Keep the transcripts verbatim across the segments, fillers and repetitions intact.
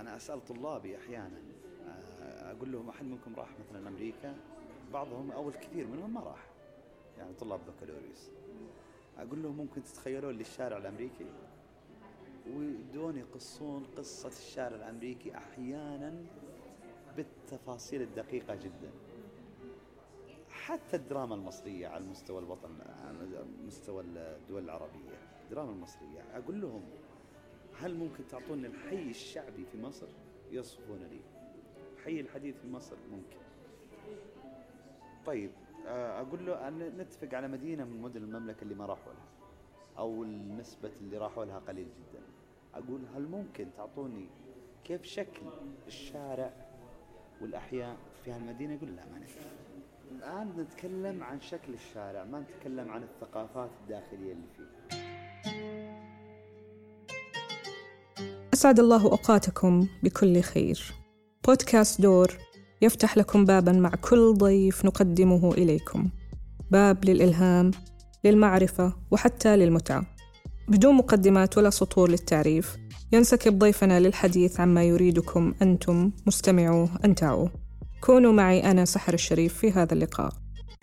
أنا أسأل طلابي أحيانا أقول لهم أحد منكم راح مثلا أمريكا؟ بعضهم أو الكثير منهم ما راح، يعني طلاب بكالوريوس. أقول لهم ممكن تتخيلون لي الشارع الأمريكي، ويبدون يقصون قصة الشارع الأمريكي أحيانا بالتفاصيل الدقيقة جدا. حتى الدراما المصرية على مستوى الوطن، على مستوى الدول العربية، الدراما المصرية، أقول لهم هل ممكن تعطوني الحي الشعبي في مصر؟ يصفون لي حي الحديث في مصر ممكن. طيب أقول له أن نتفق على مدينة من مدن المملكة اللي ما راحوا لها، أو النسبة اللي راحوا لها قليل جدا. أقول هل ممكن تعطوني كيف شكل الشارع والأحياء في هالمدينة؟ يقول لا ما نعرف. الآن نتكلم عن شكل الشارع، ما نتكلم عن الثقافات الداخلية اللي فيه. أسعد الله أوقاتكم بكل خير. بودكاست دور يفتح لكم باباً مع كل ضيف نقدمه إليكم، باب للإلهام، للمعرفة، وحتى للمتعة. بدون مقدمات ولا سطور للتعريف، ينسكب ضيفنا للحديث عما يريدكم أنتم مستمعوه أن تعوه. كونوا معي أنا سحر الشريف في هذا اللقاء.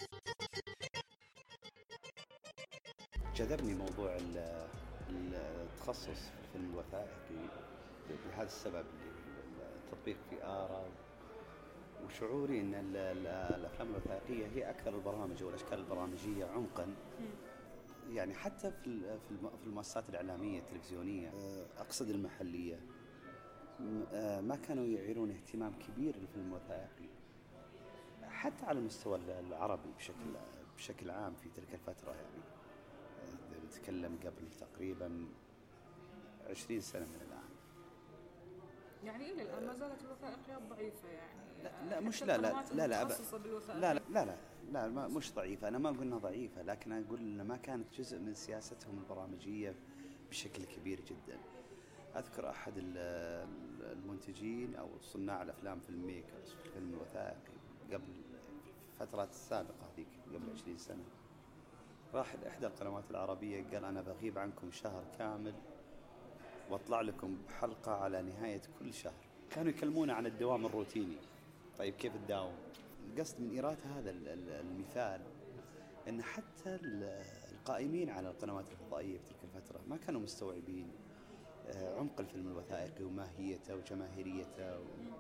جذبني موضوع التخصص في الفيلم الوثائقي بهذا السبب، التطبيق في آراء، وشعوري أن الأفلام الوثائقية هي أكثر البرامج والأشكال البرامجية عمقاً. يعني حتى في في المؤسسات الإعلامية التلفزيونية، أقصد المحلية، ما كانوا يعيرون اهتمام كبير للفيلم الوثائقي، حتى على المستوى العربي بشكل بشكل عام في تلك الفترة. يعني نتكلم قبل تقريباً عشرين سنة من الآن. يعني إلى الآن ما زالت الوثائقيات ضعيفة يعني. لا, لا مش لا لا لا لا, لا لا لا لا لا مش ضعيفة. أنا ما أقولنا ضعيفة، لكن أقول إن ما كانت جزء من سياستهم البرامجية بشكل كبير جدا. أذكر أحد المنتجين أو صناع الأفلام في الميكرز في الفيلم الوثائقي قبل فترات السابقة هذيك قبل عشرين سنة، راح لإحدى القنوات العربية قال أنا بغيب عنكم شهر كامل واطلع لكم بحلقة على نهاية كل شهر. كانوا يكلمون عن الدوام الروتيني. طيب كيف الدوام؟ القصد من إيراد هذا المثال أن حتى القائمين على القنوات الفضائية في تلك الفترة ما كانوا مستوعبين عمق الفيلم الوثائقي وماهيته وجماهيريته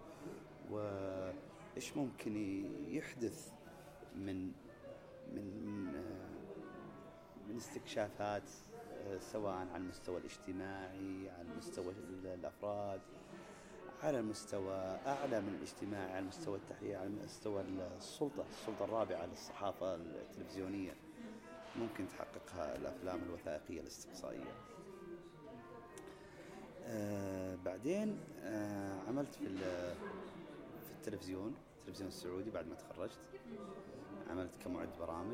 وإيش ممكن يحدث من من من استكشافات، سواء على المستوى الاجتماعي، على مستوى الأفراد، على المستوى أعلى من الاجتماعي، على المستوى التحليلي، على مستوى السلطة السلطة الرابعة للصحافة التلفزيونية ممكن تحققها الأفلام الوثائقية الاستقصائية. آه بعدين آه عملت في في التلفزيون التلفزيون السعودي بعد ما تخرجت، عملت كمعد برامج.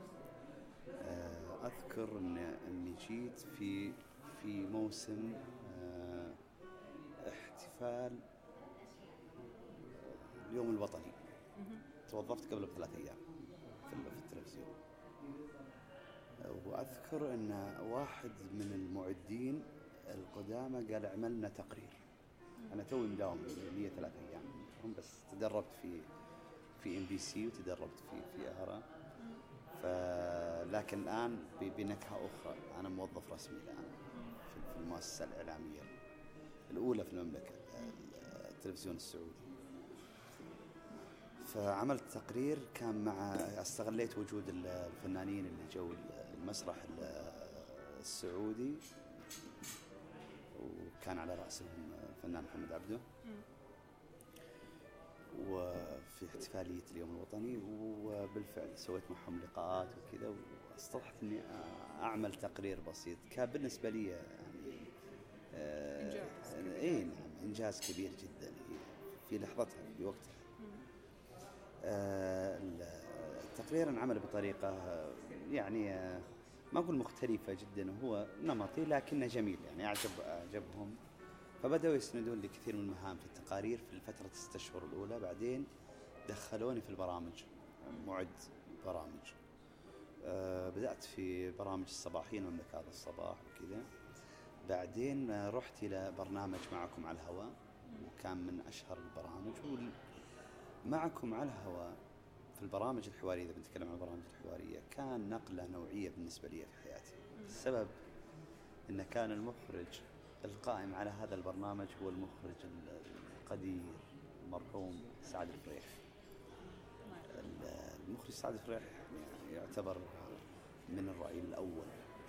آه أذكر إن إني جيت في في موسم آه احتفال اليوم الوطني، توظفت قبل بثلاث أيام في التلفزيون. وأذكر أن واحد من المعدين القدامى قال اعملنا تقرير. أنا توي مداوم لي ثلاث أيام هم، بس تدربت في في إم بي سي وتدربت في في آراء، لكن الآن بنكهة أخرى. أنا موظف رسمي الآن في المؤسسة الإعلامية الأولى في المملكة، التلفزيون السعودي. فعملت تقرير كان مع استغليت وجود الفنانين اللي جو المسرح السعودي، وكان على رأسهم الفنان محمد عبده، وفي احتفالية اليوم الوطني، وبالفعل سويت معهم لقاءات وكذا، واستطعت اني اعمل تقرير بسيط كان بالنسبة لي يعني إنجاز كبير. إيه نعم، إنجاز كبير جدا في لحظتها في وقتها. التقرير انعمل بطريقة يعني ما أقول مختلفة جدا، هو نمطي لكنه جميل، يعني أعجب أعجبهم، فبدأوا يسندون لي كثير من المهام في التقارير في الفترة الستة أشهر الأولى. بعدين دخلوني في البرامج، معد برامج. أه بدأت في برامج الصباحية مملكة هذا الصباح وكذا. بعدين رحت إلى برنامج معكم على الهواء وكان من أشهر البرامج. معكم على الهواء في البرامج الحوارية، إذا بنتكلم عن البرامج الحوارية، كان نقلة نوعية بالنسبة لي في حياتي. السبب إن كان المخرج القائم على هذا البرنامج هو المخرج القدير المرحوم سعد الفريح. المخرج سعد الفريح يعتبر من الرأي الأول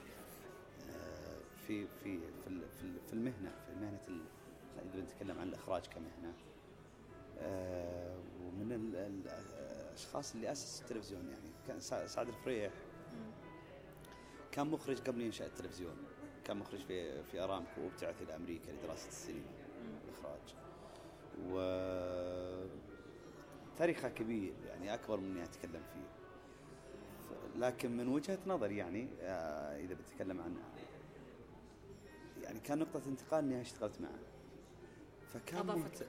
في في في في المهنة في مهنة إذا بنتكلم عن الإخراج كمهنة، ومن الأشخاص اللي أسس التلفزيون. يعني كان سعد الفريح كان مخرج قبل ينشأ التلفزيون، كان مخرج في في أرامكو وابتعث إلى أمريكا لدراسة السينما والإخراج، وتاريخه كبير يعني أكبر من إني أتكلم فيه. لكن من وجهة نظري يعني إذا بتكلم عن يعني كان نقطة انتقال إني اشتغلت معه، فكان ممت...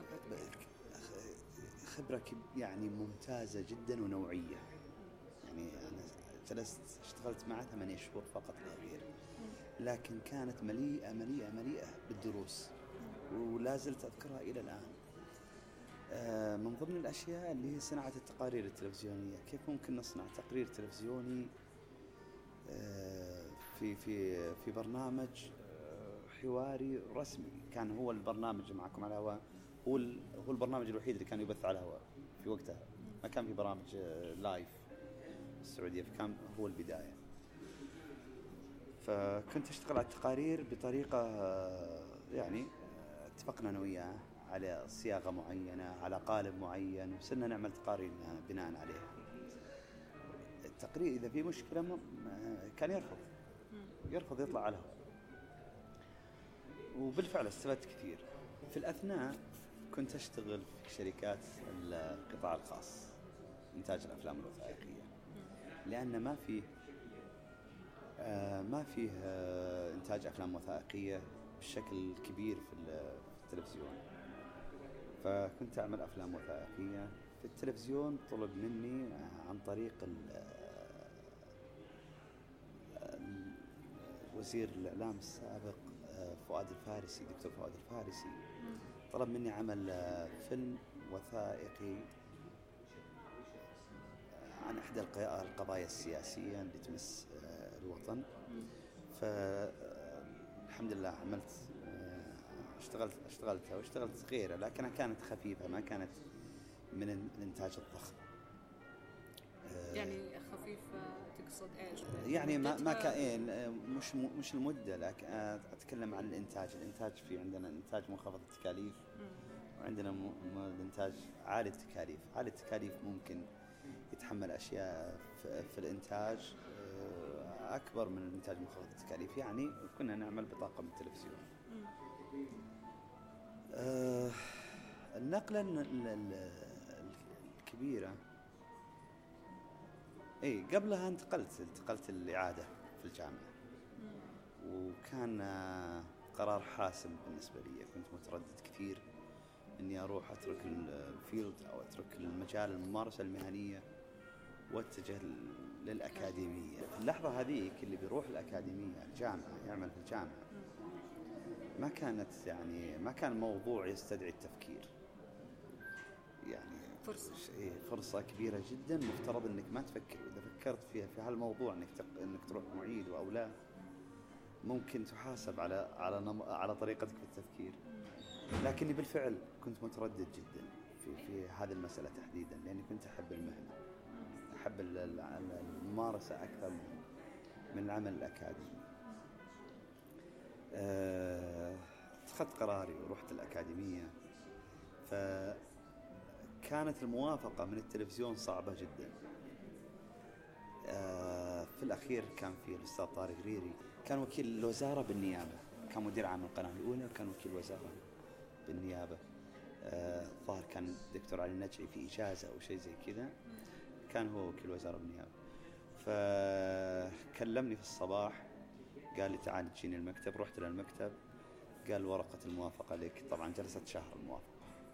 خبرة يعني ممتازة جدا ونوعية. يعني أنا جلست اشتغلت معه ثمانية شهور فقط لا غير، لكن كانت مليئة مليئة مليئة بالدروس ولا زلت أذكرها إلى الآن. آه من ضمن الأشياء اللي هي صناعة التقارير التلفزيونية، كيف ممكن نصنع تقرير تلفزيوني آه في في في برنامج حواري رسمي. كان هو البرنامج معكم على الهواء هو هو البرنامج الوحيد اللي كان يبث على الهواء في وقتها، ما كان في برامج لايف السعودية، فكان هو البداية. فكنت أشتغل على التقارير بطريقة يعني اتفقنا أنا وياه على صياغة معينة على قالب معين، وصرنا نعمل تقارير بناء عليها. التقرير إذا في مشكلة كان يرفض يرفض يطلع على الهواء، وبالفعل استفدت كثير. في الأثناء كنت أشتغل في شركات القطاع الخاص إنتاج الأفلام الوثائقية، لأن ما فيه آه ما فيه آه إنتاج أفلام وثائقية بشكل كبير في التلفزيون. فكنت أعمل أفلام وثائقية في التلفزيون. طلب مني عن طريق وزير الإعلام السابق فؤاد الفارسي، دكتور فؤاد الفارسي، طلب مني عمل فيلم وثائقي عن إحدى القضايا السياسية اللي تمس الوطن. فالحمد لله عملت اشتغلت اشتغلتها واشتغلت غيرها، لكنها كانت خفيفة، ما كانت من الإنتاج الضخم. يعني خفيفة تقصد ايش؟ يعني ما ما كان مش مش المدة، لكن اتكلم عن الانتاج. الانتاج في عندنا انتاج منخفض التكاليف، وعندنا الانتاج عالي التكاليف. عالي التكاليف ممكن يتحمل اشياء في الانتاج اكبر من الانتاج منخفض التكاليف. يعني كنا نعمل بطاقة من التلفزيون. آه النقلة الكبيرة اي قبلها انتقلت انتقلت الإعادة في الجامعة، وكان قرار حاسم بالنسبة لي. كنت متردد كثير اني اروح اترك الفيلد او اترك المجال الممارسة المهنية واتجه للأكاديمية. في اللحظة هذيك اللي بيروح الأكاديمية الجامعة يعمل في الجامعة، ما كانت يعني ما كان موضوع يستدعي التفكير. يعني فرصة إيه فرصة كبيرة جدا، مفترض انك ما تفكر. اذا فكرت فيها في هالموضوع انك تق... انك تروح معيد او لا، ممكن تحاسب على على نم... على طريقتك في التفكير. لكني بالفعل كنت متردد جدا في في هذه المسألة تحديدا، لاني كنت احب المهنة، احب الممارسة اكثر من من العمل الاكاديمي. اتخذت أه... قراري ورحت الأكاديمية. ف كانت الموافقة من التلفزيون صعبة جدا. آه في الأخير كان في الأستاذ طارق ريري، كان وكيل الوزارة بالنيابة، كان مدير عام القناة الأولى وكان وكيل الوزارة بالنيابة. الظاهر آه كان دكتور علي النجعي في إجازة أو شيء زي كذا، كان هو وكيل الوزارة بالنيابة. فكلمني في الصباح قال لي تعال تجيني المكتب. رحت للمكتب، قال ورقة الموافقة لك. طبعا جلست شهر الموافقة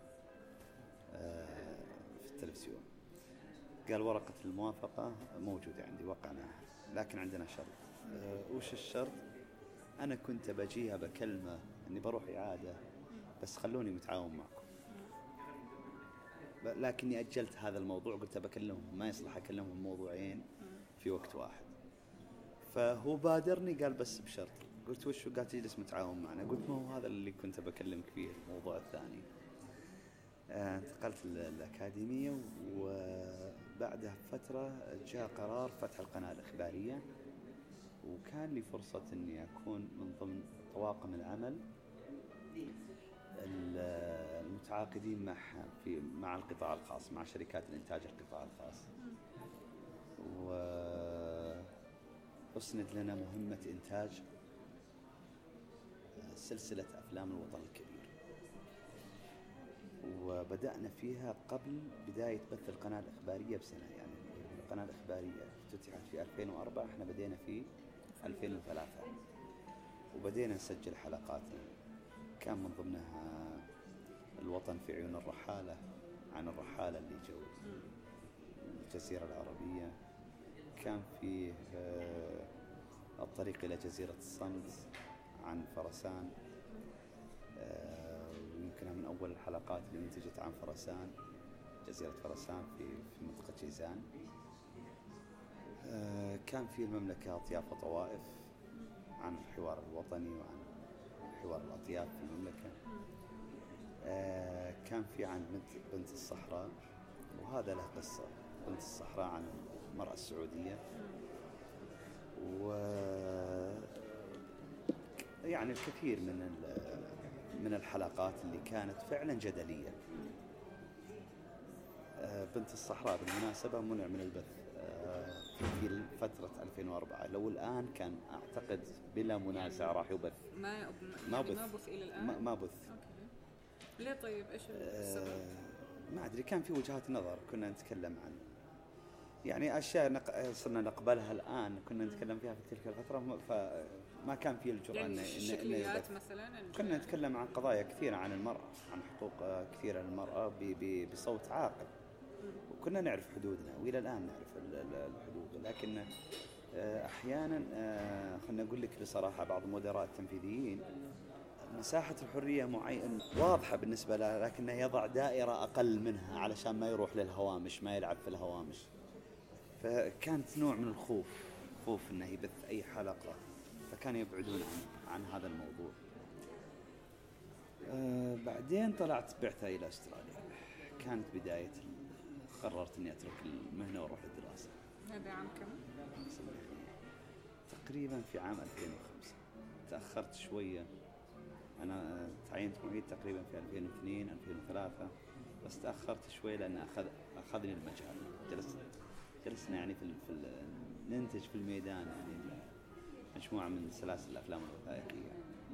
آه التلفزيون. قال ورقة الموافقة موجودة عندي وقعناها، لكن عندنا شرط. أه وش الشرط؟ أنا كنت بجيها بكلمة أني بروح إعادة، بس خلوني متعاون معكم. لكني أجلت هذا الموضوع، قلت بكلمهم، ما يصلح أكلمهم موضوعين في وقت واحد. فهو بادرني قال بس بشرط. قلت وش؟ قال تجلس متعاون معنا. قلت ما هو هذا اللي كنت بكلمك فيه، الموضوع الثاني. آه انتقلت للأكاديمية، وبعدها فترة جاء قرار فتح القناة الإخبارية، وكان لي فرصة أني أكون من ضمن طواقم العمل المتعاقدين مع في مع القطاع الخاص، مع شركات الإنتاج القطاع الخاص. وأسند لنا مهمة إنتاج سلسلة أفلام الوطن الكبير، وبدأنا فيها قبل بداية بث القناة الإخبارية بسنة. يعني القناة الإخبارية افتتحت في ألفين وأربعة، احنا بدينا في ألفين وثلاثة، وبدينا نسجل حلقاتنا. كان من ضمنها الوطن في عيون الرحالة، عن الرحالة اللي جو الجزيرة العربية. كان فيه الطريق إلى جزيرة الصمت عن فرسان، ويمكنها من أول الحلقات اللي انتجت عن فرسان، جزيرة فرسان في في منطقة جيزان. كان في المملكة أطياف وطوائف، عن الحوار الوطني وعن حوار الأطياف في المملكة. كان في عن بنت الصحراء، وهذا له قصة. بنت الصحراء عن المرأة السعودية. و يعني الكثير من من الحلقات اللي كانت فعلا جدلية. بنت الصحراء بالمناسبة منع من البث في فترة ألفين وأربعة، لو الآن كان أعتقد بلا منازع راح يبث. ما ما بث ما بث إلى الآن. ما, ما بث. أوكي. ليه طيب؟ إيش السبب؟ أه ما أدري، كان في وجهات نظر كنا نتكلم عن يعني أشياء نق... صرنا نقبلها الآن كنا نتكلم فيها في تلك الفترة، فما كان في الجرأة يعني إن الشكليات مثلا. كنا نتكلم عن قضايا كثيرة عن المرأة، عن حقوق كثيرة للمرأة ب... ب... بصوت عاقل، وكنا نعرف حدودنا، وإلى الآن نعرف الحدود. لكن أحيانا خلنا نقول لك بصراحة بعض المدراء التنفيذيين مساحة الحرية معين واضحة بالنسبة له، لكنه يضع دائرة أقل منها علشان ما يروح للهوامش، ما يلعب في الهوامش. فكانت نوع من الخوف، خوف انه يبث اي حلقة، فكانوا يبعدون عن, عن هذا الموضوع. أه بعدين طلعت بعثة الى استراليا، كانت بداية قررت اني اترك المهنة واروح للدراسة. هذا عام كم؟ تقريبا في عام ألفين وخمسة. تأخرت شوية، انا تعينت معيد تقريبا في ألفين واثنين ألفين وثلاثة، بس تأخرت شوية لان اخذ اخذني المجال. جلست جلسنا يعني في, في ننتج في الميدان، يعني مجموعة من سلاسل الأفلام الوثائقية.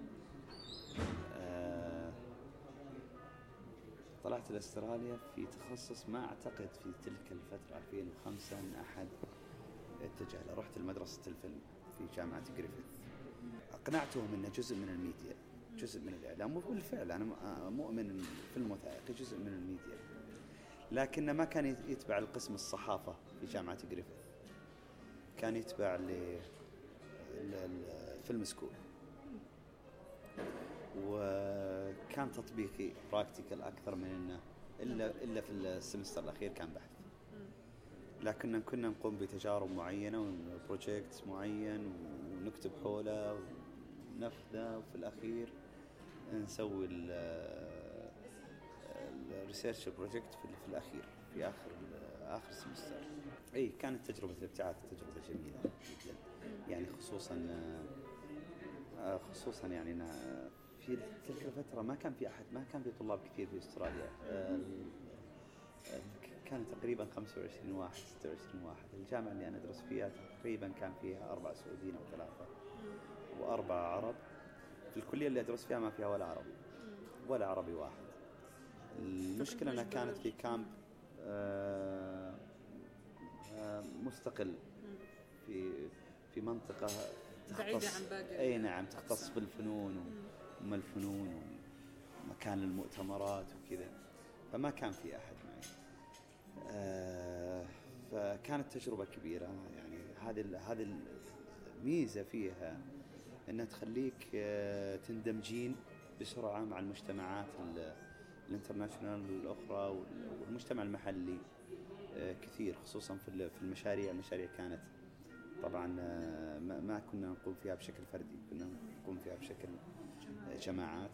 أه طلعت لأستراليا في تخصص ما أعتقد في تلك الفترة ألفين وخمسة أن أحد اتجه له. رحت لمدرسة الفيلم في جامعة غريفيث، أقنعتهم أنه جزء من الميديا، جزء من الإعلام، وبالفعل أنا مؤمن في الموثائقي جزء من الميديا، لكن ما كان يتبع القسم الصحافة في جامعة غريفيث، كان يتبع للفيلم سكول، وكان تطبيقي براكتيكال أكثر من إنه إلا إلا في السمستر الأخير كان بحث. لكن كنا نقوم بتجارب معينة وبروجيكت معين ونكتب حوله ونفذه، وفي الأخير نسوي الريسيرش بروجيكت في الأخير في آخر آخر سمستر. أي كانت تجربة الابتعاث تجربة جميلة جدا، يعني خصوصا خصوصا يعني في تلك الفترة ما كان في أحد، ما كان في طلاب كثير في أستراليا. كان تقريبا خمسة وعشرين واحد ستة وعشرين واحد. الجامعة اللي أنا أدرس فيها تقريبا كان فيها أربع سعوديين أو ثلاثة وأربعة عرب. في الكلية اللي أدرس فيها ما فيها ولا عربي ولا عربي واحد. المشكلة أنها كانت في كامب مستقل في في منطقة بعيدة عن باقي. أي نعم، تختص بالفنون وما الفنون ومكان للمؤتمرات وكذا، فما كان في أحد معي. آه فكانت تجربة كبيرة. يعني هذه هذه الميزة فيها أنها تخليك آه تندمجين بسرعة مع المجتمعات الانترناشنال الأخرى والمجتمع المحلي كثير، خصوصا في المشاريع. المشاريع كانت طبعا ما كنا نقوم فيها بشكل فردي، كنا نقوم فيها بشكل جماعات.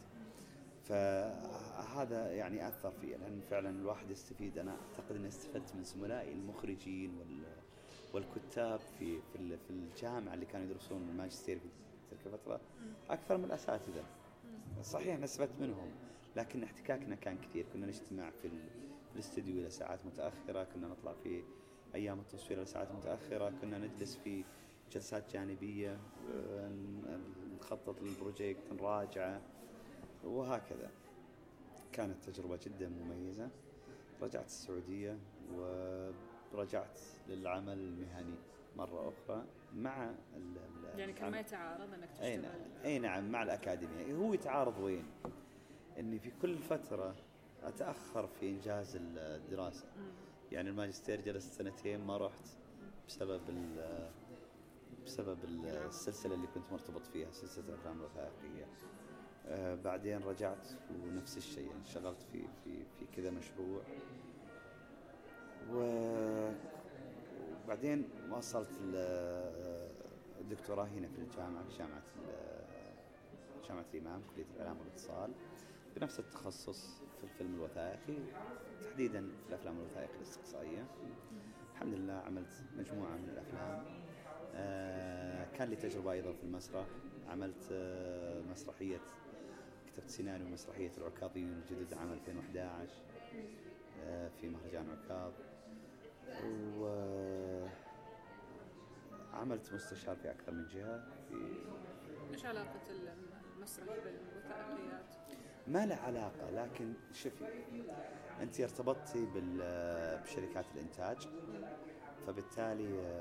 فهذا يعني أثر فيه، لأن فعلا الواحد يستفيد. أنا أعتقد أني استفدت من زملائي المخرجين والكتاب في في الجامعة اللي كانوا يدرسون الماجستير في تلك الفترة أكثر من الأساتذة. صحيح نستفدت منهم، لكن احتكاكنا كان كثير. كنا نجتمع في الاستديو إلى ساعات متأخرة، كنا نطلع في أيام التصوير إلى ساعات متأخرة، كنا نجلس في جلسات جانبية، نخطط للبروجيكت، نراجعه، وهكذا. كانت تجربة جدا مميزة. رجعت السعودية ورجعت للعمل المهني مرة أخرى مع يعني كان ما يتعارض أنك تشتغل؟ أي نعم, أي نعم مع الأكاديمية. هو يتعارض وين؟ أني في كل فترة أتأخر في إنجاز الدراسة. م. يعني الماجستير جلست سنتين ما رحت بسبب بسبب السلسلة اللي كنت مرتبط فيها، سلسلة الأفلام الوثائقية. آه بعدين رجعت ونفس الشيء، انشغلت في في في كذا مشروع، وبعدين وصلت الدكتوراه هنا في الجامعة، في جامعة جامعة الإمام، كلية الإعلام والاتصال، بنفس التخصص في الفيلم الوثائقي، تحديدا في الأفلام الوثائقية الاستقصائية. الحمد لله عملت مجموعة من الأفلام. آه كان لي تجربة أيضا في المسرح، عملت آه مسرحية، كتبت سيناريو مسرحية العكاظيون الجدد عام ألفين وأحد عشر آه في مهرجان عكاظ، وعملت مستشار في أكثر من جهة. في إيش علاقة المسرح بالوثائقيات؟ ما له علاقة، لكن شوفي أنت ارتبطتي بشركات الإنتاج، فبالتالي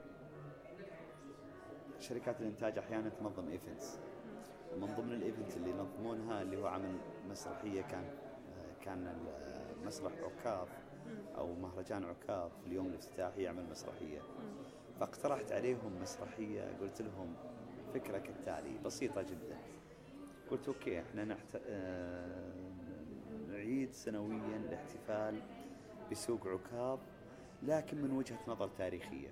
شركات الإنتاج أحيانا تنظم إيفنتس، ومن ضمن الإيفنت اللي ينظمونها اللي هو عمل مسرحية، كان كان مسرح عكاظ أو مهرجان عكاظ في اليوم الافتتاحي يعمل مسرحية. فاقترحت عليهم مسرحية، قلت لهم فكرة كالتالي بسيطة جدا. قلت أوكي إحنا نحت... آه... نعيد سنويا الاحتفال بسوق عكاظ، لكن من وجهة نظر تاريخية.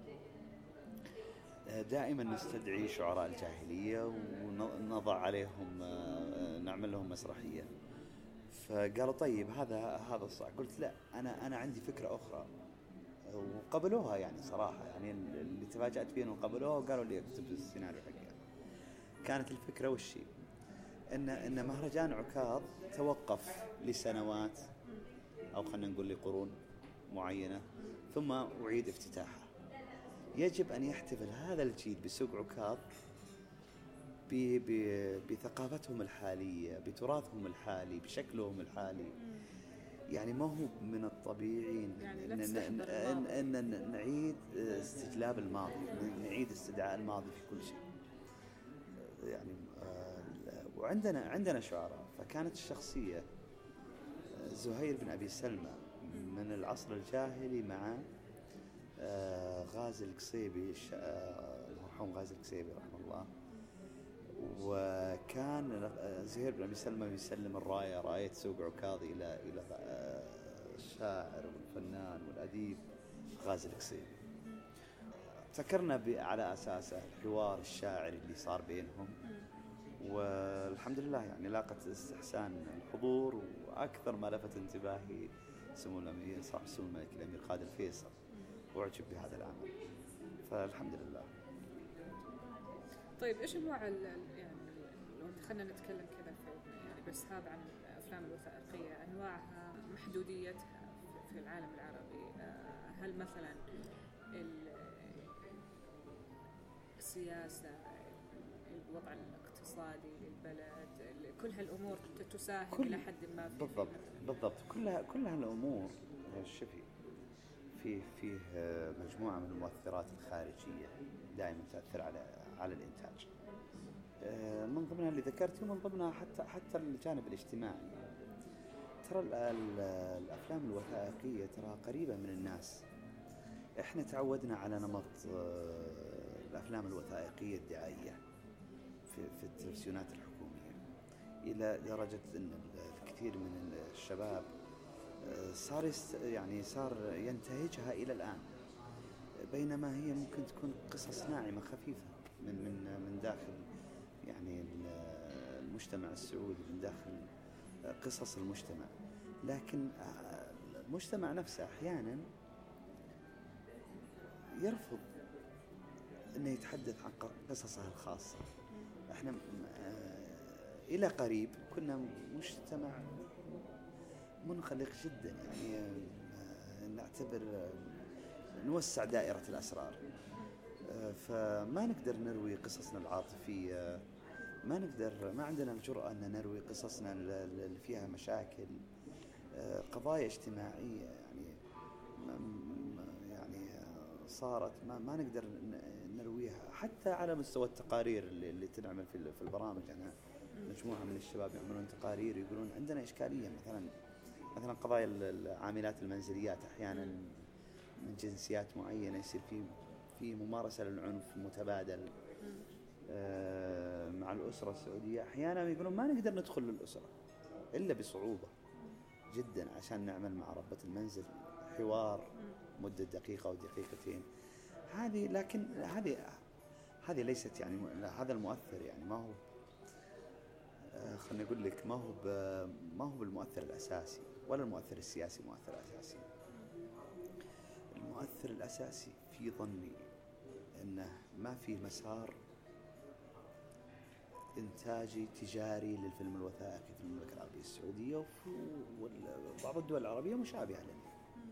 آه دائما نستدعي شعراء الجاهلية ونضع عليهم، آه... نعمل لهم مسرحية. فقالوا طيب هذا هذا صح. قلت لا، أنا أنا عندي فكرة أخرى، وقبلوها يعني صراحة. يعني اللي تفاجأت فيه إنه قبلوها وقالوا لي اكتب السيناريو حقها. كانت الفكرة وشي؟ إن إن مهرجان عكاظ توقف لسنوات، أو خلينا نقول لقرون معينة، ثم أعيد افتتاحه. يجب أن يحتفل هذا الجيل بسوق عكاظ بثقافتهم الحالية، بتراثهم الحالي، بشكلهم الحالي. يعني ما هو من الطبيعي يعني إن, إن, إن, إن نعيد استجلاب الماضي، نعيد استدعاء الماضي في كل شيء. يعني وعندنا عندنا شعراء. فكانت الشخصية زهير بن أبي سلمى من العصر الجاهلي مع غازي القصيبي، المرحوم غازي القصيبي رحمه الله. وكان زهير بن أبي سلمى يسلم الراية، راية سوق عكاظ إلى إلى الشاعر والفنان والأديب غازي القصيبي. ابتكرنا على أساسه الحوار الشاعري اللي صار بينهم، والحمد لله يعني لاقت استحسان الحضور. وأكثر ما لفت انتباهي سمو الأمير صاحب سمو الملك الأمير خالد الفيصل، وأعجب بهذا العمل، فالحمد لله. طيب إيش أنواع يعني لو خلنا نتكلم كذا يعني بس هذا عن الأفلام الوثائقية، أنواعها، محدوديتها في العالم العربي؟ هل مثلا السياسة، الوضع الاقتصادي للبلد، كل هالأمور تساهم إلى حد ما في بالضبط بالضبط كلها كلها الأمور. شوفي فيه فيه مجموعة من المؤثرات الخارجية دائما تأثر على على الإنتاج، من ضمنها اللي ذكرته، ومن ضمنها حتى حتى الجانب الاجتماعي. ترى الأفلام الوثائقية ترى قريبة من الناس. إحنا تعودنا على نمط الأفلام الوثائقية الدعائية في في التلفزيونات الحكومية. إلى درجة أن الكثير من الشباب صار يعني صار ينتهجها إلى الآن، بينما هي ممكن تكون قصص ناعمة خفيفة من من من داخل يعني المجتمع السعودي، من داخل قصص المجتمع. لكن المجتمع نفسه أحيانا يرفض أنه يتحدث عن قصصه الخاصة. احنا إلى قريب كنا مجتمع منخلق جدا، يعني نعتبر نوسع دائرة الأسرار، فما نقدر نروي قصصنا العاطفية، ما نقدر ما عندنا الجرأة أن نروي قصصنا اللي فيها مشاكل، قضايا اجتماعية يعني يعني صارت ما, ما نقدر نرويها حتى على مستوى التقارير اللي, اللي تنعمل في في البرامج. أنا مجموعة من الشباب يعملون تقارير يقولون عندنا إشكالية، مثلا مثلا قضايا العاملات المنزليات أحيانا من جنسيات معينة يصير في في ممارسة للعنف متبادل آه مع الأسرة السعودية. أحيانا يقولون ما نقدر ندخل للأسرة إلا بصعوبة جدا عشان نعمل مع ربة المنزل حوار مدة دقيقة أو دقيقتين. هذه لكن هذه هذه ليست يعني هذا المؤثر يعني ما هو آه خلني أقول لك ما هو ما هو بالمؤثر الأساسي، ولا المؤثر السياسي مؤثر أساسي. المؤثر الأساسي في ظني أنه ما في مسار إنتاجي تجاري للفيلم الوثائقي في المملكة العربية السعودية وبعض الدول العربية مشابهة لنا.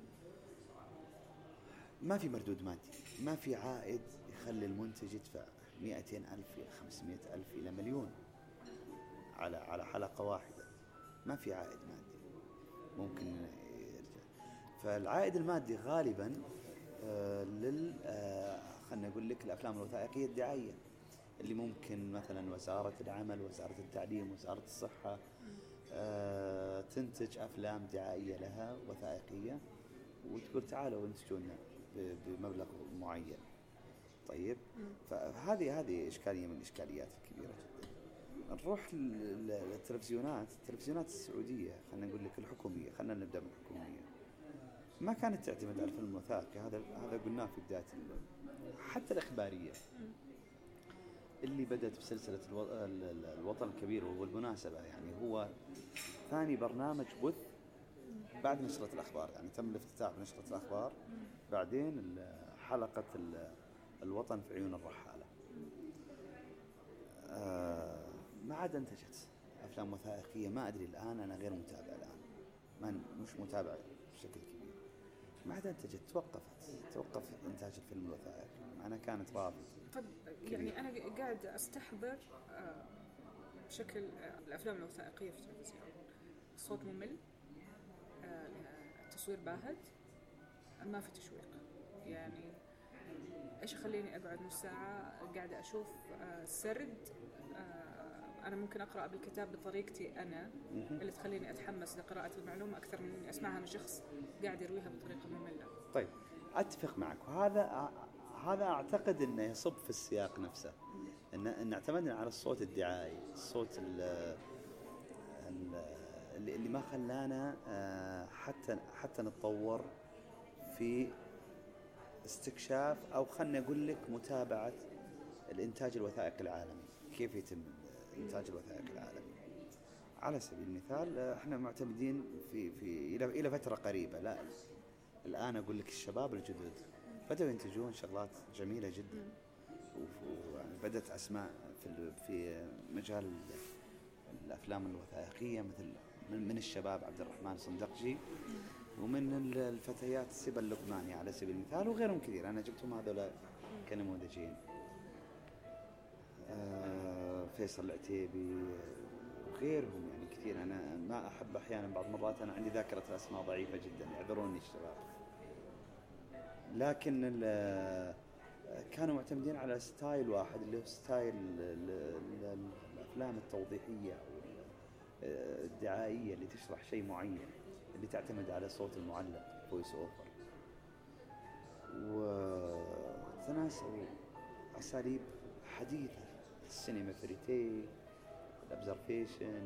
ما في مردود مادي، ما في عائد يخلي المنتج يدفع مئتين ألف إلى خمسمائة ألف إلى مليون على على حلقة واحدة. ما في عائد مادي ممكن يرجع. فالعائد المادي غالبا آه لل آه خلنا نقول لك الأفلام الوثائقية الدعائية اللي ممكن مثلا وزارة العمل، وزارة التعليم، وزارة الصحة آه تنتج أفلام دعائية لها وثائقية وتقول تعالوا انتجوا لنا بمبلغ معين. طيب فهذه هذه إشكالية من الإشكاليات الكبيرة جدا. نروح للتلفزيونات التلفزيونات السعودية، خلنا نقول لك الحكومية، خلنا نبدأ من الحكومية، ما كانت تعتمد على الفيلم الوثائقي. هذا هذا قلناه في بداية حتى الإخبارية اللي بدأت بسلسلة الوطن الكبير. وبالمناسبة يعني هو ثاني برنامج بث بعد نشرة الأخبار، يعني تم الافتتاح بنشرة الأخبار، بعدين حلقة الوطن في عيون الرحالة. آه ما عاد انتجت أفلام وثائقية، ما أدري الآن، أنا غير متابع الآن، ما مش متابع بشكل كبير. ما عاد انتجت، توقفت توقف إنتاج الفيلم الوثائقي، أنا كانت رافض. طب يعني أنا قاعد أستحضر بشكل الأفلام الوثائقية في التلفزيون، الصوت ممل، التصوير باهت، ما في تشويق. يعني إيش يخليني أقعد نص ساعة قاعدة أشوف سرد؟ أنا ممكن أقرأ بالكتاب بطريقتي أنا اللي تخليني أتحمس لقراءة المعلومة أكثر من إني أسمعها من شخص قاعد يرويها بطريقة مملة. طيب أتفق معك، وهذا هذا أعتقد إنه يصب في السياق نفسه، إن إن اعتمدنا على الصوت الدعائي، الصوت اللي اللي ما خلانا حتى حتى نتطور في استكشاف أو خلنا نقول لك متابعة الإنتاج الوثائقي العالمي، كيف يتم إنتاج الوثائقي العالمي. على سبيل المثال احنا معتمدين في في إلى إلى فترة قريبة، لا الآن أقول لك الشباب الجدد بدأوا ينتجون شغلات جميلة جدا، وبدأت أسماء في في مجال الأفلام الوثائقية مثل من الشباب عبد الرحمن صندقجي، ومن الفتيات سبا اللقماني على سبيل المثال، وغيرهم كثير أنا جبتهم هذول كنموذجين. آه فيصل العتيبي وغيرهم يعني كثير. أنا ما أحب أحيانا بعض مرات أنا عندي ذاكرة الأسماء ضعيفة جدا، يعذروني الشباب، لكن كانوا معتمدين على ستايل واحد اللي هو ستايل الأفلام التوضيحية أو الدعائية اللي تشرح شيء معين، اللي تعتمد على صوت المعلق فويس أوفر، وتناسوا أساليب حديثة، السينما فريتي، الابزرفيشن،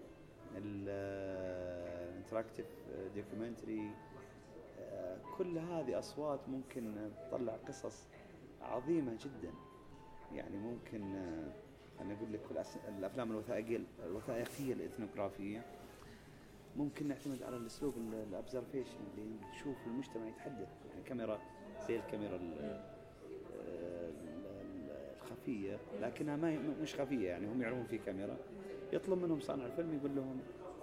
الانتراكتيف دوكيومنتري، كل هذه أصوات ممكن تطلع قصص عظيمة جدا. يعني ممكن أنا أقول لك الأفلام الوثائقية الوثائقية الإثنوغرافية ممكن نعتمد على الأسلوب الابزرفيشن اللي نشوف المجتمع يتحدث. يعني كاميرا زي الكاميرا الخفية لكنها ما مش خفية، يعني هم يعرفون في كاميرا، يطلب منهم صانع الفيلم يقول لهم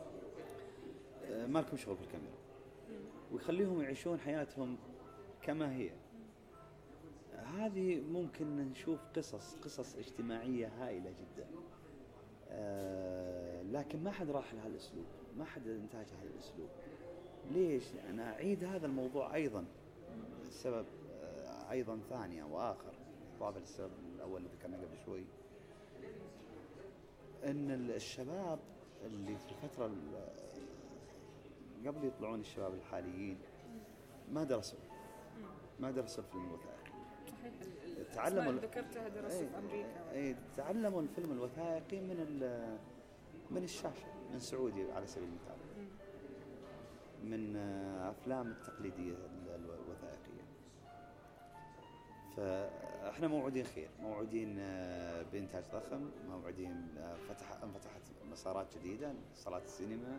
ما لكم شغل بالكاميرا، ويخليهم يعيشون حياتهم كما هي. هذه ممكن نشوف قصص قصص اجتماعية هائلة جدا. آه لكن ما حد راح لهذا الأسلوب، ما حد انتاج هذا الأسلوب. ليش؟ أنا أعيد هذا الموضوع أيضا السبب آه أيضا ثاني أو آخر، إضافة للسبب الأول اللي ذكرنا قبل شوي، أن الشباب اللي في الفترة قبل يطلعون الشباب الحاليين ما درسوا ما درسوا الفيلم الوثائقي. صحيح. تعلموا ذكرتها درسوا في أمريكا. اي تعلموا الفيلم الوثائقي من من الشاشة، من سعودي على سبيل المثال، من أفلام التقليدية الوثائقية. فاحنا موعودين خير، موعودين بإنتاج ضخم، موعودين فتح انفتحت مسارات جديدة، صالات السينما،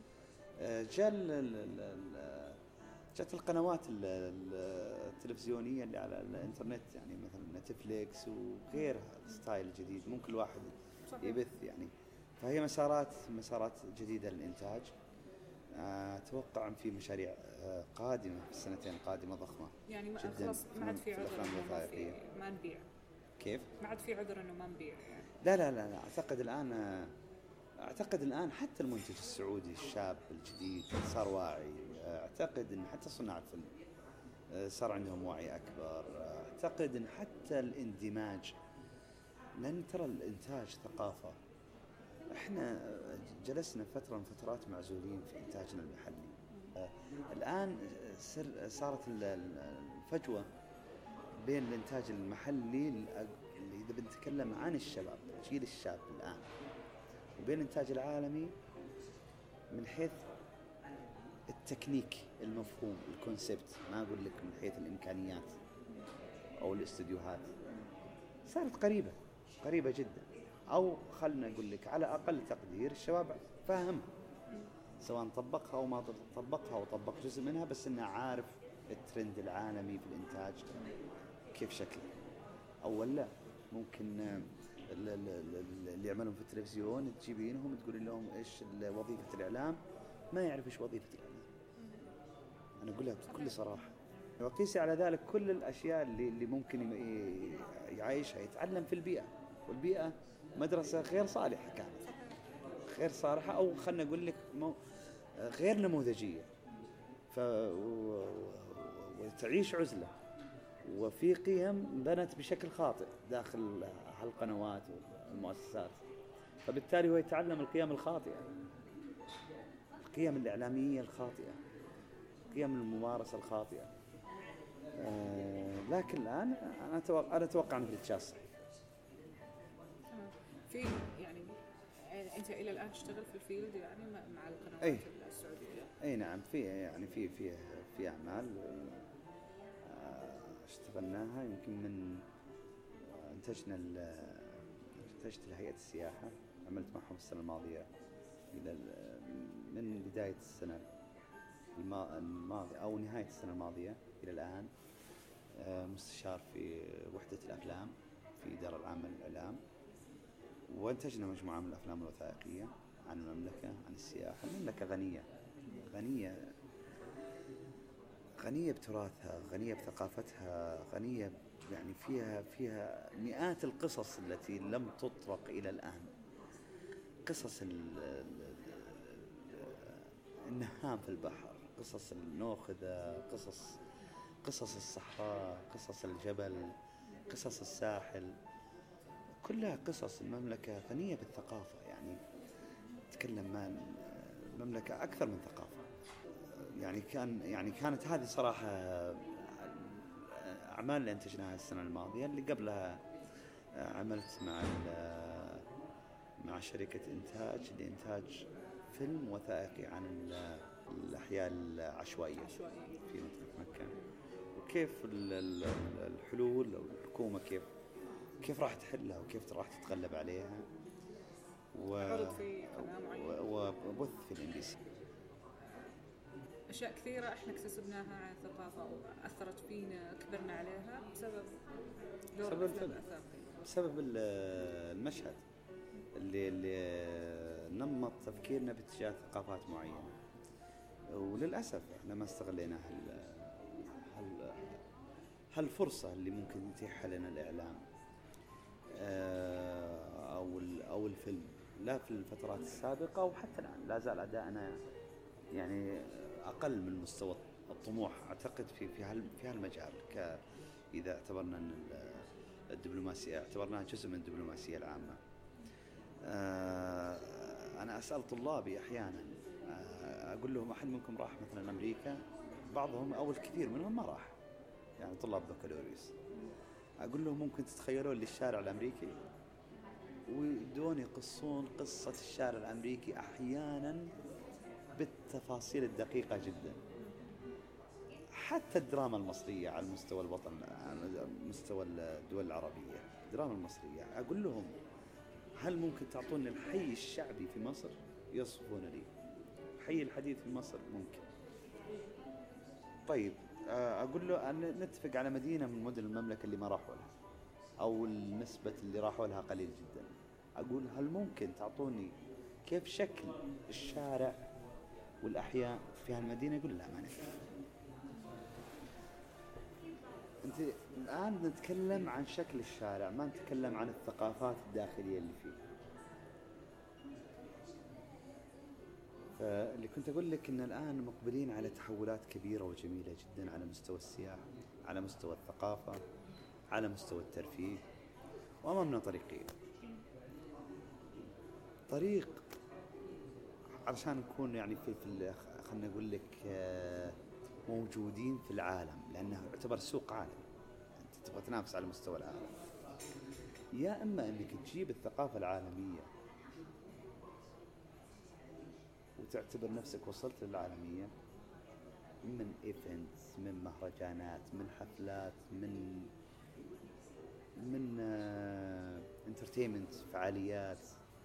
جل جت القنوات التلفزيونية اللي على الانترنت، يعني مثلا نتفليكس وغيرها، ستايل جديد ممكن الواحد يبث يعني. فهي مسارات مسارات جديدة للإنتاج. أتوقع أن في مشاريع قادمة في السنتين القادمة ضخمة يعني ما خلاص ما عاد في عذر إنه ما نبيع. كيف؟ ما عاد في عذر إنه ما نبيع يعني. لا لا لا لا أعتقد الآن أعتقد الآن حتى المنتج السعودي الشاب الجديد صار واعي. أعتقد أن حتى صناع الفيلم صار عندهم وعي أكبر. أعتقد أن حتى الاندماج، لأن ترى الإنتاج ثقافة. إحنا جلسنا فترة من فترات معزولين في إنتاجنا المحلي. الآن صارت الفجوة بين الإنتاج المحلي اللي إذا بنتكلم عن الشباب جيل الشاب الآن، وبين الإنتاج العالمي من حيث التكنيك المفهوم الكونسبت، ما أقول لك من حيث الإمكانيات أو الاستديوهات، صارت قريبة قريبة جدا. أو خلنا أقول لك على أقل تقدير الشباب فاهم، سواء طبقها أو ما طبقها أو طبق جزء منها، بس إنه عارف الترند العالمي في الإنتاج كيف شكله. أو لا ممكن اللي يعملون في التلفزيون تجيبينهم تقولين لهم إيش وظيفة الإعلام، ما يعرف إيش وظيفة الإعلام. أنا أقولها بكل صراحة. وقيسي على ذلك كل الأشياء اللي اللي ممكن يعيشها، يتعلم في البيئة، والبيئة مدرسة غير صالحة كانت، غير صالحة، أو خلنا أقول لك غير نموذجية، ف وتعيش عزلة، وفي قيم بنت بشكل خاطئ داخل هالقنوات والمؤسسات. فبالتالي هو يتعلم القيم الخاطئة، القيم الإعلامية الخاطئة، قيم الممارسة الخاطئة. آه لكن الآن أنا أتوقع أنا أتوقع أنه بنتشاص. في يعني أنت إلى الآن تشتغل في الفيلد يعني مع القنوات أي. السعودية؟ أي نعم، في يعني في في في أعمال اشتغلناها. يمكن من انتجنا انتجت لهيئة السياحة، عملت معهم السنة الماضية إلى من بداية السنة الماضية أو نهاية السنة الماضية إلى الآن، مستشار في وحدة الأفلام في إدارة العامة للإعلام. وانتجنا مجموعة من الأفلام الوثائقية عن المملكة، عن السياحة. المملكة غنية غنية غنية بتراثها، غنية بثقافتها، غنية يعني فيها فيها مئات القصص التي لم تطرق إلى الآن. قصص النهام في البحر، قصص النوخذة، قصص قصص الصحراء، قصص الجبل، قصص الساحل، كلها قصص. المملكة غنية بالثقافة، يعني تكلم ما المملكة أكثر من ثقافة. يعني كان يعني كانت هذه صراحة أعمال اللي أنتجناها السنة الماضية. اللي قبلها عملت مع مع شركة إنتاج لإنتاج فيلم وثائقي عن الأحياء العشوائية في منطقة مكة، وكيف الحلول أو الحكومة كيف كيف راح تحلها وكيف راح تتغلب عليها، وعرض في قناة معينة وبث في الإم بي سي. أشياء كثيرة إحنا اكتسبناها عن الثقافة وأثرت فينا كبرنا عليها بسبب دور الأفلام الوثائقية، بسبب المشهد اللي, اللي نمط تفكيرنا باتجاه ثقافات معينة، وللأسف إحنا ما استغلينا هال هال هالفرصة اللي ممكن يتيحها لنا الإعلام أو أو الفيلم، لا في الفترات السابقة وحتى الآن لا زال أداءنا يعني أقل من مستوى الطموح أعتقد في في هال في هالمجال. ك إذا اعتبرنا أن الدبلوماسية اعتبرناها جزء من الدبلوماسية العامة. أنا أسأل طلابي أحيانا أقول لهم أحد منكم راح مثلا أمريكا؟ بعضهم أو الكثير منهم ما راح، يعني طلاب بكالوريوس. أقول لهم ممكن تتخيلون للشارع الأمريكي، ويبدون يقصون قصة الشارع الأمريكي أحيانا بالتفاصيل الدقيقة جدا. حتى الدراما المصرية على مستوى الوطن، على مستوى الدول العربية، الدراما المصرية أقول لهم هل ممكن تعطوني الحي الشعبي في مصر؟ يصفون لي الحي الحديث في مصر ممكن. طيب أقول له أن نتفق على مدينة من مدن المملكة اللي ما راحوا لها أو النسبة اللي راحوا لها قليل جدا، أقول هل ممكن تعطوني كيف شكل الشارع والأحياء في هالمدينة؟ يقول لا ما نفهم. أنت الآن نتكلم عن شكل الشارع، ما نتكلم عن الثقافات الداخلية اللي فيه. فاللي كنت أقول لك إن الآن مقبلين على تحولات كبيرة وجميلة جدا على مستوى السياحة، على مستوى الثقافة، على مستوى الترفيه، وأمامنا طريقين. طريق علشان نكون يعني في في خلنا نقول لك موجودين في العالم، لأنه يعتبر سوق عالم، أنت تبغى تنافس على مستوى العالم. يا إما أنك تجيب الثقافة العالمية وتعتبر نفسك وصلت للعالمية من إيفنتس، من مهرجانات، من حفلات، من من انترتينمنت، فعاليات،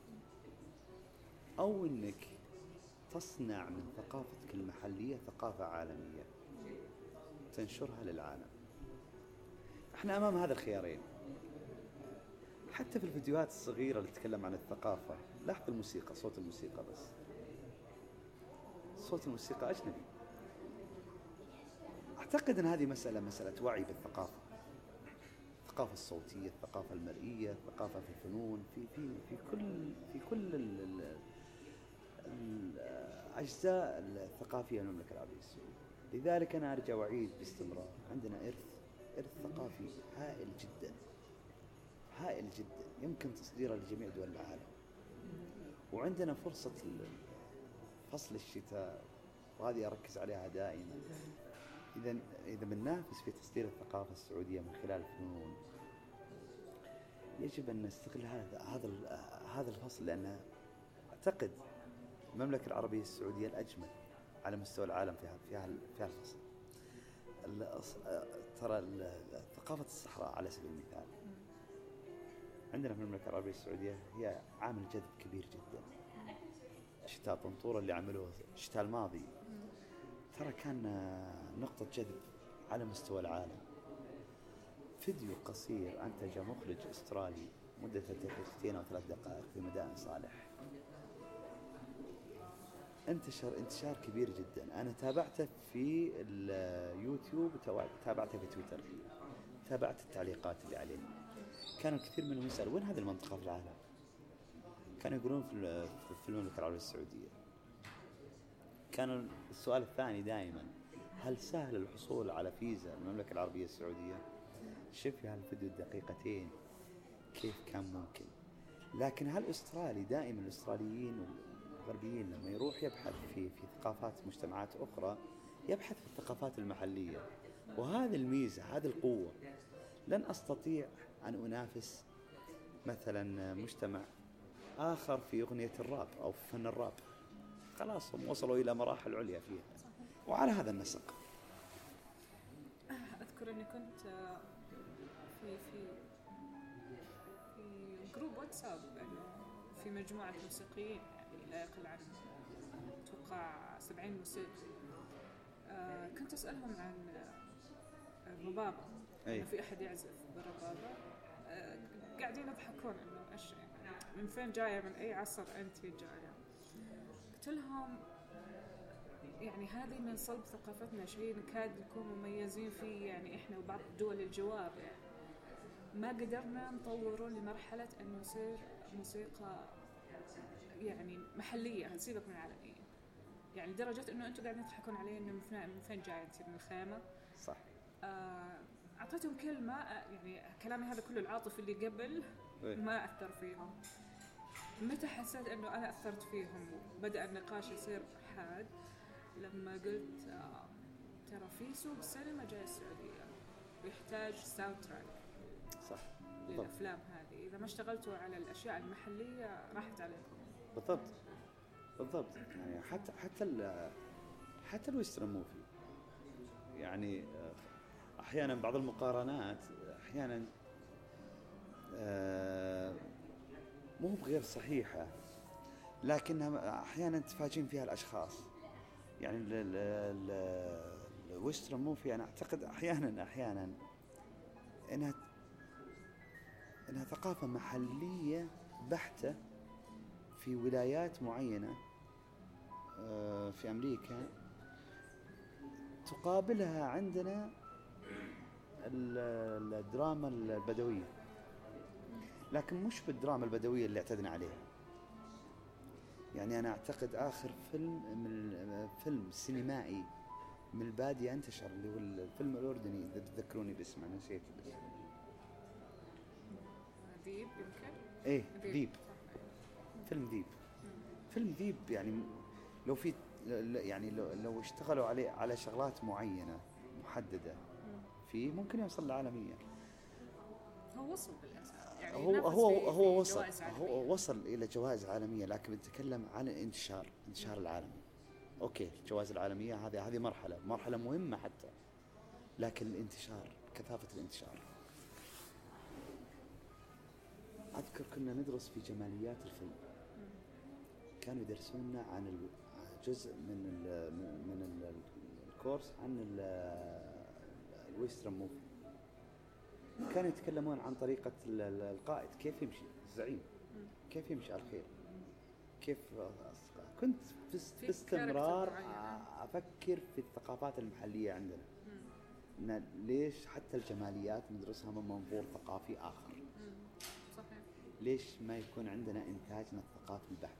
أو أنك تصنع من ثقافتك المحلية ثقافة عالمية تنشرها للعالم. احنا أمام هذا الخيارين. حتى في الفيديوهات الصغيرة اللي تتكلم عن الثقافة لاحظ الموسيقى، صوت الموسيقى، بس صوت الموسيقى أجنبي. أعتقد أن هذه مسألة مسألة وعي بالثقافة، الثقافة الصوتية، الثقافة المرئية، الثقافة في الفنون، في في في كل في كل ال ال الأجزاء الثقافية للمملكة العربية السعودية. لذلك أنا أرجع وأعيد باستمرار عندنا إرث إرث ثقافي هائل جدا، هائل جدا يمكن تصديره لجميع دول العالم. وعندنا فرصة فصل الشتاء، وهذه أركز عليها دائما. إذا إذا بننافس في تصدير الثقافة السعودية من خلال الفنون، يجب أن نستغل هذا هذا هذا الفصل، لأن أعتقد المملكة العربية السعودية الأجمل على مستوى العالم في في في هالفصل. ترى ثقافة الصحراء على سبيل المثال عندنا في المملكة العربية السعودية هي عامل جذب كبير جدا. شتاء طنطورة اللي عملوه الشتاء الماضي ترى كان نقطة جذب على مستوى العالم. فيديو قصير أنتج مخرج أسترالي مدته دقيقتين أو ثلاث دقائق في مدائن صالح، انتشر انتشار كبير جدا. أنا تابعته في اليوتيوب وتابعته في تويتر، تابعت التعليقات اللي عليه. كانوا كثير منهم يسألوا وين هذه المنطقة في العالم؟ كانوا يقولون في في المملكة العربية السعودية. كان السؤال الثاني دائما هل سهل الحصول على فيزا المملكة العربية السعودية؟ شوف في هالفيديو الدقيقتين كيف كان ممكن. لكن هالأسترالي دائما الأستراليين والغربيين لما يروح يبحث في في ثقافات مجتمعات أخرى يبحث في الثقافات المحلية، وهذه الميزة، هذه القوة. لن أستطيع أن أنافس مثلا مجتمع آخر في أغنية الراب أو في فن الراب. خلاص هم وصلوا إلى مراحل عليا فيها. وعلى هذا النسق أذكر أني كنت في في في جروب واتساب إنه في مجموعة موسيقيين يعني لا يقل عن أتوقع سبعين موسيقي. آه كنت أسألهم عن الربابة، إنه في أحد يعزف بالربابة. آه قاعدين يضحكون إنه إيش من فين جاية، من أي عصر أنت جاية. قلت لهم يعني هذه من صلب ثقافتنا، شيء نكاد نكون مميزين فيه يعني إحنا وبعض دول الجوار، يعني ما قدرنا نطوره لمرحلة أنه يصير موسيقى يعني محلية، سيبك من العالمية. يعني لدرجة أنه أنتوا قاعدين تضحكون عليه إنه من فين جاي أنت، من الخيمة. صح. آه أعطيتهم كلمة، يعني كلامي هذا كله العاطفي اللي قبل ما أثر فيهم. متى حسيت أنه أنا أثرت فيهم وبدأ النقاش يصير حاد؟ لما قلت آه ترى في سوق سينما جاي السعودية ويحتاج ساوند تراك. صح. للأفلام هذه، إذا ما اشتغلتوا على الأشياء المحلية راحت عليكم. بالضبط بالضبط. يعني حتى حتى ال حتى الويسترن موفي يعني أحيانا بعض المقارنات أحيانا آه مو بغير صحيحة، لكنها أحيانا تفاجئين فيها الأشخاص. يعني الويسترن موفي أنا أعتقد أحيانا أحيانا إنها إنها ثقافة محلية بحتة في ولايات معينة في أمريكا، تقابلها عندنا الدراما البدوية، لكن مش بالدراما البدوية اللي اعتدنا عليها. يعني أنا أعتقد آخر فيلم من فيلم سينمائي من البادية انتشر اللي هو الفيلم الأردني، تذكروني باسمه، نسيت الاسم. ذيب يمكن؟ إيه ذيب. فيلم ذيب. فيلم ذيب يعني لو في يعني لو, لو اشتغلوا عليه على شغلات معينة محددة فيه ممكن يوصل للعالمية. هو وصل بالأساس. يعني هو هو هو وصل هو وصل إلى جوائز عالمية، لكن نتكلم عن الانتشار انتشار العالمي. أوكي الجوائز العالمية هذه هذه مرحلة مرحلة مهمة حتى، لكن الانتشار كثافة الانتشار. أذكر كنا ندرس في جماليات الفيلم، كانوا يدرسوننا عن جزء من ال من ال الكورس عن الويسترن موفي. كانوا يتكلمون عن طريقة القائد، كيف يمشي الزعيم، كيف يمشي على الخيل، كيف. كنت في استمرار أفكر في الثقافات المحلية عندنا، إن ليش حتى الجماليات ندرسها من منظور ثقافي آخر. صحيح. ليش ما يكون عندنا إنتاجنا الثقافي البحت،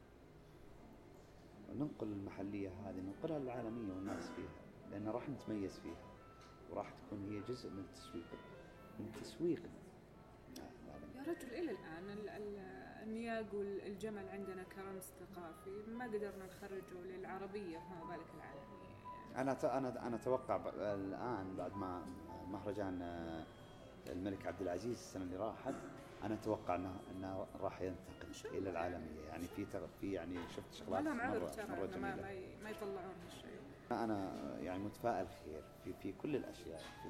وننقل المحلية هذه ننقلها للعالمية والناس فيها، لأن راح نتميز فيها وراح تكون هي جزء من التسويق من التسويق. يا رجل إلى الآن النياق والجمل عندنا كرمز ثقافي ما قدرنا نخرجه للعربية، فما بالك العالمية. أنا أنا أنا أتوقع الآن بعد ما مهرجان الملك عبد العزيز السنة اللي راحت، أنا أتوقع أنه أنه راح ينتقل إلى العالمية. يعني في في يعني شفت شغلات مرة مرة جميلة. ما ما يطلعون هالشيء. أنا يعني متفائل خير في في كل الأشياء، في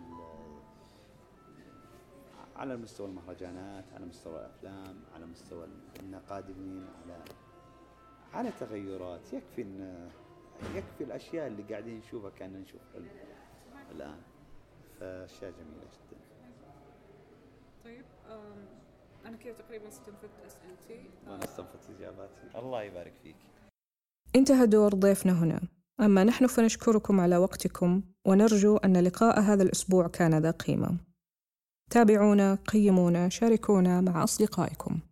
على مستوى المهرجانات، على مستوى الأفلام، على مستوى الناقدين، على على تغيرات. يكفي إن يكفي الأشياء اللي قاعدين نشوفها كأننا نشوف فيلم الآن، فأشياء جميلة جدا. طيب أنا كذا تقريبا استنفدت أسئلتي وأنا استنفدت إجاباتي. الله يبارك فيك. انتهى دور ضيفنا هنا، أما نحن فنشكركم على وقتكم، ونرجو أن لقاء هذا الأسبوع كان ذا قيمة. تابعونا، قيمونا، شاركونا مع أصدقائكم.